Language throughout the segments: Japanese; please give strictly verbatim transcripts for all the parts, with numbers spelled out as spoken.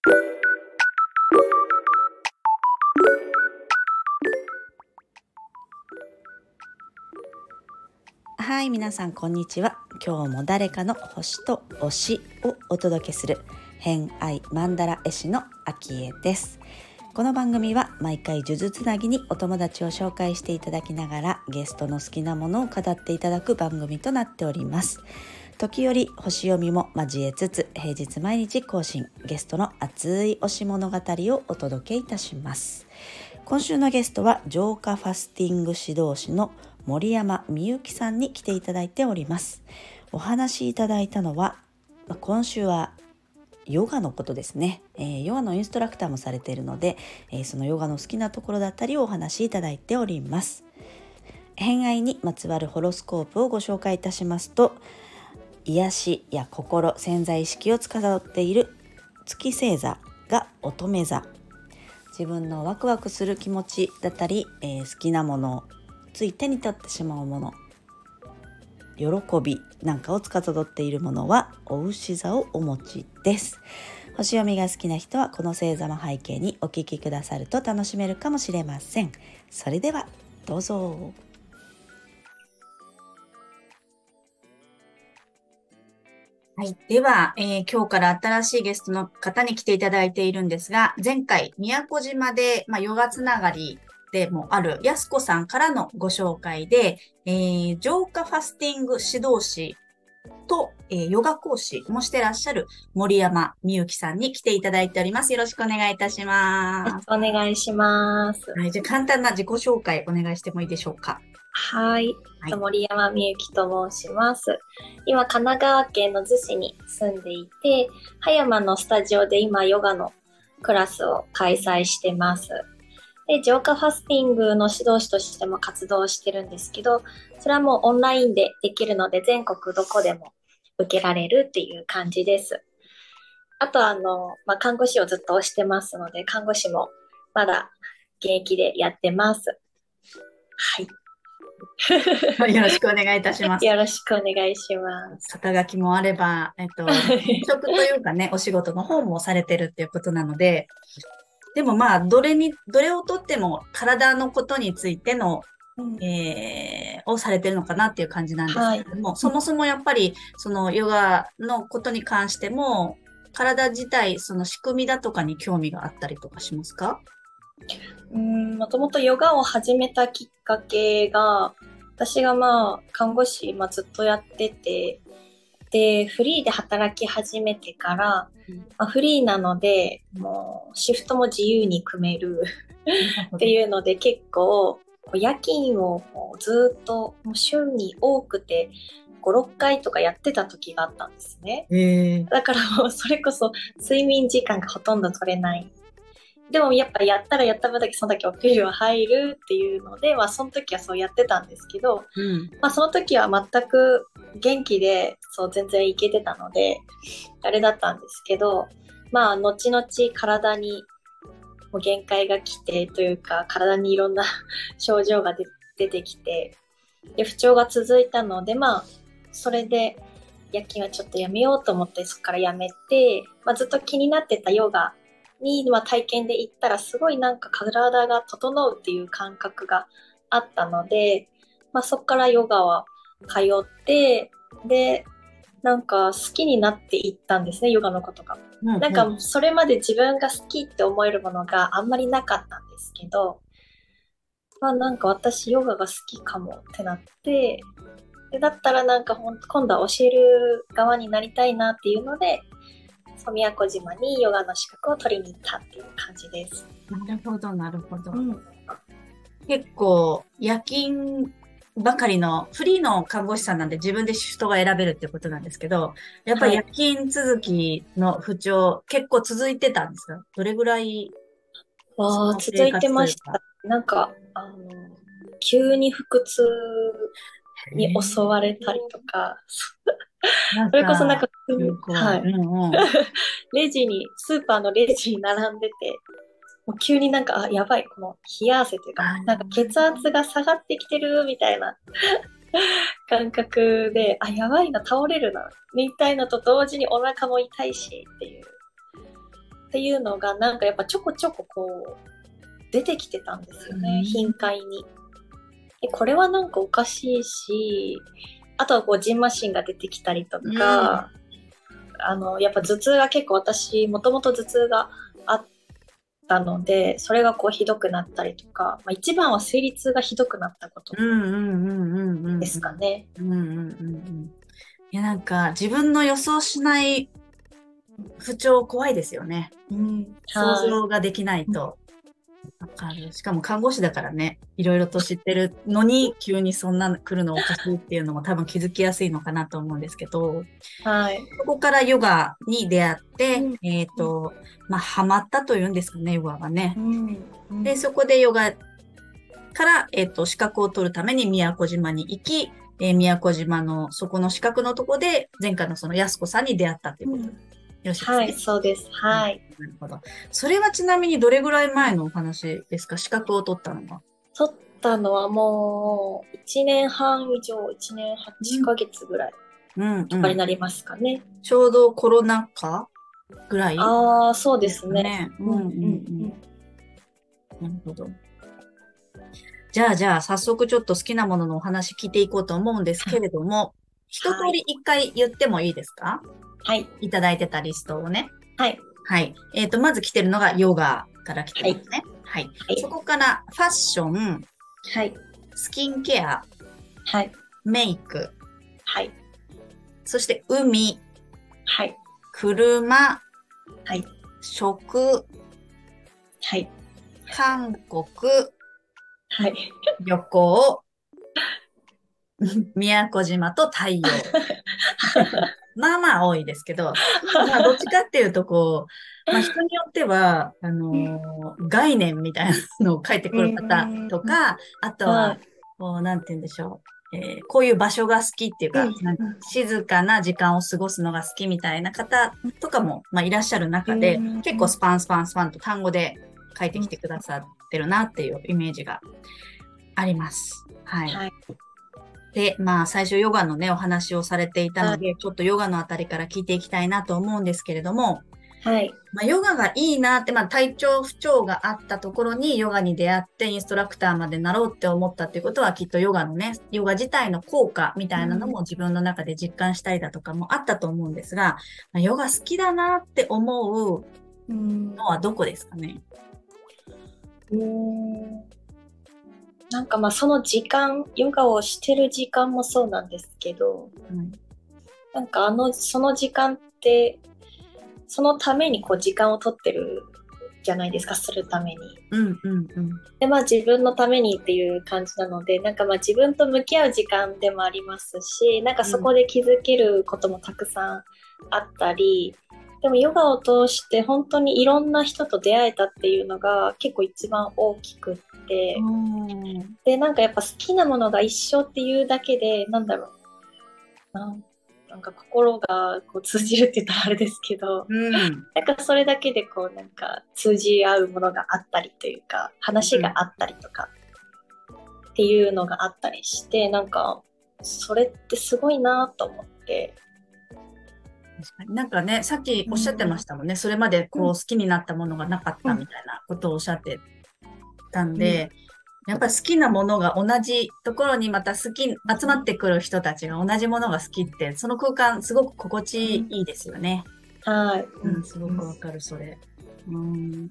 はい、皆さんこんにちは。今日も誰かの星と推しをお届けする偏愛マンダラ絵師のあきえです。この番組は毎回数珠つなぎにお友達を紹介していただきながらゲストの好きなものを語っていただく番組となっております。時折星読みも交えつつ平日毎日更新、ゲストの熱い推し物語をお届けいたします。今週のゲストは浄化ファスティング指導士の森山みゆきさんに来ていただいております。お話しいただいたのは今週はヨガのことですね、えー、ヨガのインストラクターもされているので、えー、そのヨガの好きなところだったりをお話しいただいております。偏愛にまつわるホロスコープをご紹介いたしますと、癒しや心、潜在意識を司っている月星座が乙女座、自分のワクワクする気持ちだったり、えー、好きなもの、つい手に取ってしまうもの、喜びなんかを司っているものはお牛座をお持ちです。星読みが好きな人はこの星座の背景にお聞きくださると楽しめるかもしれません。それではどうぞ。はい、では、えー、今日から新しいゲストの方に来ていただいているんですが、前回宮古島で、まあ、ヨガつながりでもあるやすこさんからのご紹介で、えー、浄化ファスティング指導士と、えー、ヨガ講師もしてらっしゃる森山みゆきさんに来ていただいております。よろしくお願いいたします。 お願いします。 はい、じゃあ簡単な自己紹介お願いしてもいいでしょうか。 はい、はい、森山みゆきと申します。今神奈川県の逗子に住んでいて、葉山のスタジオで今ヨガのクラスを開催してます。で、浄化ファスティングの指導士としても活動してるんですけど、それはもうオンラインでできるので全国どこでも受けられるっていう感じです。あとあの、まあ、看護師をずっと推してますので、看護師もまだ現役でやってます。はい。 よろしくお願いいたします。 よろしくお願いします。 肩書きもあれば、えっと、職というかね、お仕事の方もされてるっていうことなので、でもまあ、どれに、どれをとっても体のことについての、うんえー、をされてるのかなっていう感じなんですけれども、はい、そもそもやっぱり、そのヨガのことに関しても、体自体、その仕組みだとかに興味があったりとかしますか？ うーん、もともとヨガを始めたきっかけが、私がまあ、看護師、まあ、ずっとやってて、で、フリーで働き始めてから、うんまあ、フリーなので、もう、シフトも自由に組めるっていうので、結構、夜勤をもうずっと、もう週に多くて、ご、ろっかいとかやってた時があったんですね。 へー。 だからもう、それこそ睡眠時間がほとんど取れない。でもやっぱやったらやった分だけその時お給料は入るっていうので、まあその時はそうやってたんですけど、うん、まあその時は全く元気でそう全然いけてたので、あれだったんですけど、まあ後々体にもう限界が来てというか、体にいろんな症状が出てきて、で不調が続いたので、まあそれで夜勤はちょっとやめようと思ってそこからやめて、まあずっと気になってたヨガに、まあ、体験で行ったらすごいなんか体が整うっていう感覚があったので、まあ、そこからヨガは通ってでなんか好きになっていったんですね、ヨガのことが、うんうん、なんかそれまで自分が好きって思えるものがあんまりなかったんですけど、まあなんか私ヨガが好きかもってなって、でだったらなんかほん今度は教える側になりたいなっていうので宮古島にヨガの資格を取りに行ったっていう感じです。 なるほど、なるほど。うん、結構夜勤ばかりのフリーの看護師さんなんで自分でシフトが選べるっていうことなんですけど、やっぱり夜勤続きの不調、はい、結構続いてたんですか？どれぐらいあ続いてました。なんかあの急に腹痛に襲われたりとかそれこそなんか、はい、うんうん、レジに、スーパーのレジに並んでて、もう急になんか、あ、やばい、この冷や汗というか、なんか血圧が下がってきてるみたいな感覚で、あ、やばいな、倒れるな、みたいなと同時にお腹も痛いしっていうっていうのがなんかやっぱちょこちょここう出てきてたんですよね、 うん、 頻回に。でこれはなんかおかしいし、あとはこうジンマシンが出てきたりとか、うん、あのやっぱ頭痛が結構私もともと頭痛があったので、それがこうひどくなったりとか、まあ、一番は生理痛がひどくなったことですかね。 いやなんか自分の予想しない不調怖いですよね。うん、想像ができないと。わかる。しかも看護師だからね、いろいろと知ってるのに急にそんな来るのおかしいっていうのも多分気づきやすいのかなと思うんですけど、 はい、 そこからヨガに出会って、うん、えっと、まあ、ハマったというんですかね、ヨガがね。うんうん、で、そこでヨガから、えっと、資格を取るために宮古島に行き、えー、宮古島のそこの資格のとこで前回のその安子さんに出会ったということです。うんよしですね、 はい、そうです。はい、 うん。なるほど。それはちなみにどれぐらい前のお話ですか？資格を取ったのは。 取ったのはもういちねんはん以上、いちねんはちかげつぐらいとかになりますかね。 うんうん、ちょうどコロナ禍ぐらい、ね、 ああ、そうですね。 うんうんうん。なるほど。じゃあじゃあ早速ちょっと好きなもののお話聞いていこうと思うんですけれども、一通り一回言ってもいいですか？ はい。 いただいてたリストをね。 はい。 はい。えっと、まず来てるのがヨガから来てますね。はい。はいはい、そこからファッション。 はい。 スキンケア。 はい。 メイク。 はい。 そして海。 はい。 車。 はい。 食。 はい。 韓国。 はい。 旅行。宮古島と太陽。まあまあ多いですけど、まあどっちかっていうとこう、まあ人によっては、あのー、概念みたいなのを書いてくる方とか、あとは、こう、なんて言うんでしょう、えー、こういう場所が好きっていうか、なんか静かな時間を過ごすのが好きみたいな方とかも、まあいらっしゃる中で、結構スパンスパンスパンと単語で書いてきてくださってるなっていうイメージがあります。はい。はいで、まあ、最初ヨガのね、お話をされていたので、はい、ちょっとヨガのあたりから聞いていきたいなと思うんですけれども、 はい。 まあ、ヨガがいいなって、まあ、体調不調があったところにヨガに出会ってインストラクターまでなろうって思ったっていうことは、きっとヨガのね、ヨガ自体の効果みたいなのも自分の中で実感したりだとかもあったと思うんですが、まあ、ヨガ好きだなって思うのはどこですかね？ うーんなんかまあその時間、ヨガをしてる時間もそうなんですけど、うん、なんかあの、その時間って、そのためにこう時間を取ってるじゃないですか、するために。 うんうんうん。 で、まあ自分のためにっていう感じなので、なんかまあ自分と向き合う時間でもありますし、なんかそこで気づけることもたくさんあったり、でもヨガを通して本当にいろんな人と出会えたっていうのが結構一番大きくって、うん、でなんかやっぱ好きなものが一緒っていうだけでなんだろうな、なんか心がこう通じるって言ったらあれですけど、うん、なんかそれだけでこうなんか通じ合うものがあったりというか話があったりとかっていうのがあったりして、なんかそれってすごいなと思って。 なんかね、さっきおっしゃってましたもんね。うん、それまでこう好きになったものがなかったみたいなことをおっしゃってたんで、うん、やっぱり好きなものが同じところにまた好き、集まってくる人たちが同じものが好きって、その空間すごく心地いいですよね。 うん、はい。 うん、すごくわかる、それ。うん。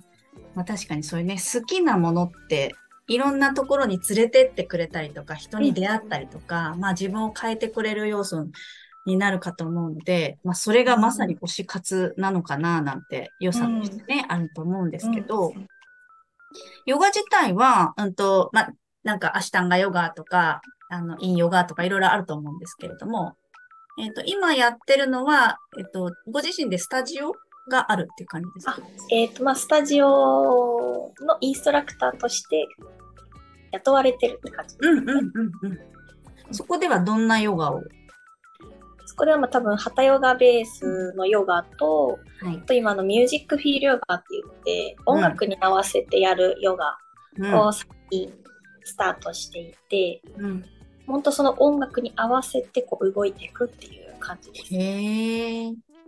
まあ確かにそういうね、好きなものって、いろんなところに連れてってくれたりとか、人に出会ったりとか、うん、まあ自分を変えてくれる要素になるかと思うので、まあ、それがまさに推し活なのかななんて良さとしてね、うん、あると思うんですけど、うん、ヨガ自体は、うんと、まあ、なんかアシュタンガヨガとか、あの、インヨガとかいろいろあると思うんですけれども、えっと、今やってるのは、えっと、ご自身でスタジオがあるっていう感じですか？ えっと、まあ、スタジオのインストラクターとして雇われてるって感じですね。うんうんうんうん。そこではどんなヨガを？ そこではまあ多分ハタヨガベースのヨガと、はい、あと今のミュージックフィールヨガって言って音楽に合わせてやるヨガを最近スタートしていて、うん、本当その音楽に合わせてこう動いていくっていう感じです。 へー。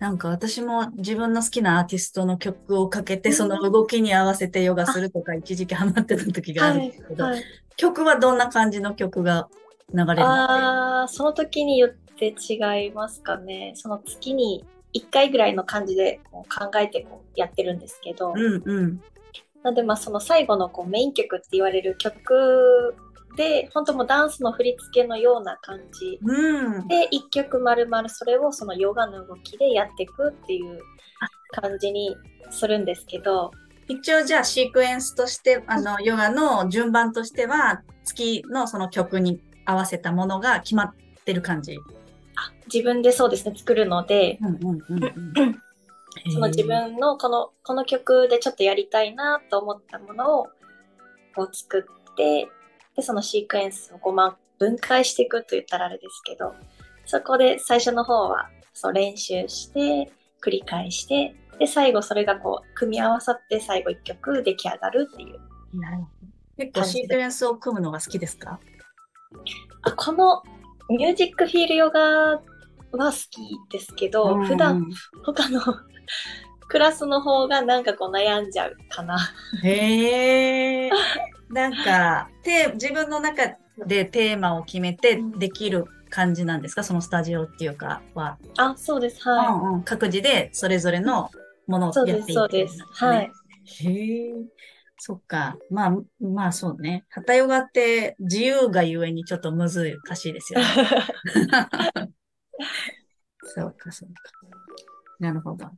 なんか私も自分の好きなアーティストの曲をかけて、その動きに合わせてヨガするとか、一時期ハマってた時があるんではい、 すけど、 はい。 曲はどんな感じの曲が流れる？ ああ、その時によって違いますかね。その月にいっかいぐらいの感じでこう考えてこうやってるんですけど、 うんうん。 なんでまあその最後のこうメイン曲って言われる曲で、本当もうダンスの振り付けのような感じうん。 で、いっきょく丸々それをそのヨガの動きでやっていくっていう感じにするんですけど、 一応じゃあシークエンスとして、あの、ヨガの順番としては、月のその曲に合わせたものが決まってる感じ。 自分でそうですね、作るので、 うんうんうんうん。 その自へえ。 分のこの、この曲でちょっとやりたいなと思ったものをこう作って、で、そのシークエンスをこう、まあ、分解していくと言ったらあれですけど、そこで最初の方はそう練習して、繰り返して、で、最後それがこう、組み合わさって最後一曲出来上がるっていうなるほど。結構感じで。 シークエンスを組むのが好きですか？ あ、このミュージックフィールヨガは好きですけうど、普段んうん。 他のクラスの方がなんかこう悩んじゃうかな。 へえ。なんか、て、自分の中でテーマを決めてできる感じなんですか？そのスタジオっていうかは。 あ、そうです。はい。 うんうん。各自でそれぞれのものをそうです、 やっていいってことそうです。 なんですね。 はい。 へえ。そっか。まあ、まあそうね。ハタヨガって自由がゆえにちょっと難しいですよね。そうか、そうか。なるほど。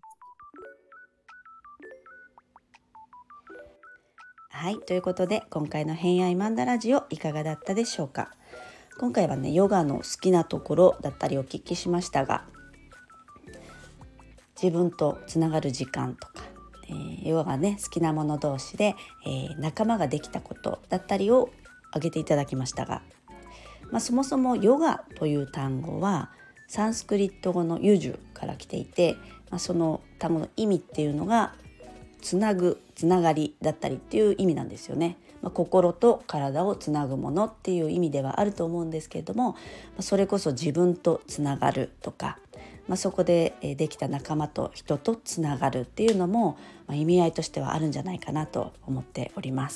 はい。ということで、今回の偏愛マンダラジオいかがだったでしょうか。今回はね、ヨガの好きなところだったりお聞きしましたが、自分とつながる時間とか、えー、ヨガがね好きなもの同士で、えー、仲間ができたことだったりを挙げていただきましたが、まあ、そもそもヨガという単語はサンスクリット語のユジュから来ていて、まあ、その単語の意味っていうのがつなぐ、つながりだったりっていう意味なんですよね。まあ、心と体をつなぐものっていう意味ではあると思うんですけれども、まあ、それこそ自分とつながるとか、まあ、そこでできた仲間と人とつながるっていうのも、まあ、意味合いとしてはあるんじゃないかなと思っております。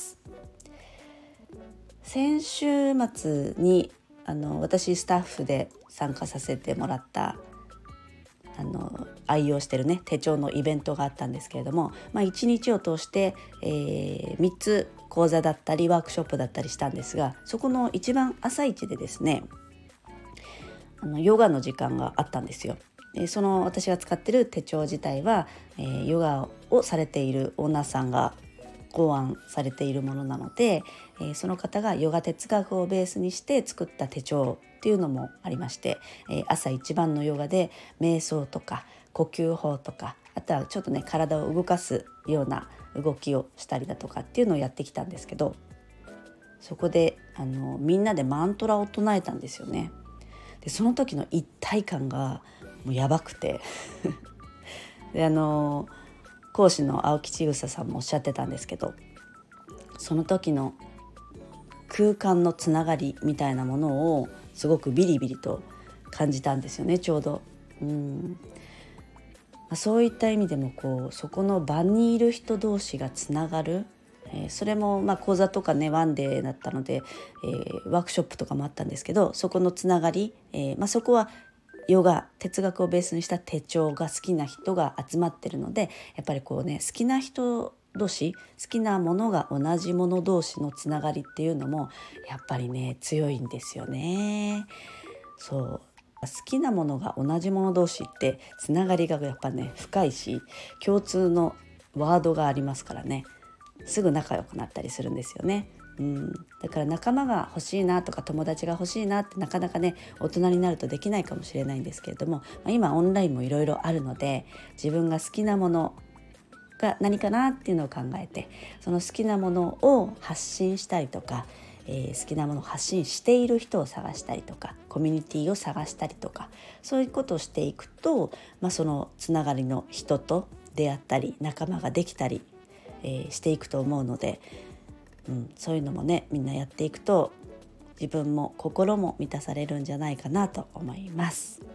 先週末にあの私スタッフで参加させてもらったあの愛用してるね手帳のイベントがあったんですけれども、まあ、いちにちを通して、えー、みっつ講座だったりワークショップだったりしたんですが、そこの一番朝一でですね、あのヨガの時間があったんですよ。でその私が使ってる手帳自体は、えー、ヨガをされているオーナーさんが考案されているものなので、えー、その方がヨガ哲学をベースにして作った手帳っていうのもありまして、えー、朝一番のヨガで瞑想とか呼吸法とか、あとはちょっとね体を動かすような動きをしたりだとかっていうのをやってきたんですけど、そこであのみんなでマントラを唱えたんですよね。でその時の一体感がもうやばくてであの講師の青木千草さんもおっしゃってたんですけど、その時の空間のつながりみたいなものをすごくビリビリと感じたんですよね。ちょうどうんそういった意味でもこうそこの場にいる人同士がつながる、えー、それもまあ講座とかねワンデーだったので、えー、ワークショップとかもあったんですけど、そこのつながり、えーまあ、そこはヨガ哲学をベースにした手帳が好きな人が集まってるので、やっぱりこうね好きな人同士、好きなものが同じもの同士のつながりっていうのもやっぱりね強いんですよね。そう好きなものが同じもの同士ってつながりがやっぱね深いし、共通のワードがありますからね、すぐ仲良くなったりするんですよね。うん、だから仲間が欲しいなとか友達が欲しいなってなかなかね大人になるとできないかもしれないんですけれども、まあ、今オンラインもいろいろあるので、自分が好きなものが何かなっていうのを考えて、その好きなものを発信したりとか、えー、好きなものを発信している人を探したりとか、コミュニティを探したりとか、そういうことをしていくと、まあ、そのつながりの人と出会ったり仲間ができたり、えー、していくと思うので、うん、そういうのもねみんなやっていくと自分も心も満たされるんじゃないかなと思います。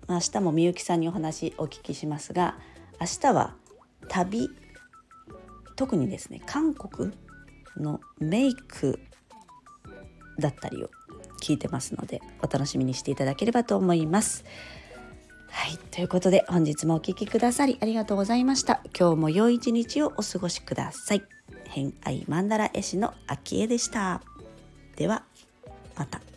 明日もみゆきさんにお話お聞きしますが、明日は旅、特にですね韓国のメイクだったりを聞いてますので、お楽しみにしていただければと思います。はい、ということで本日もお聞きくださりありがとうございました。今日も良い一日をお過ごしください。偏愛マンダラ絵師のあきえでした。ではまた。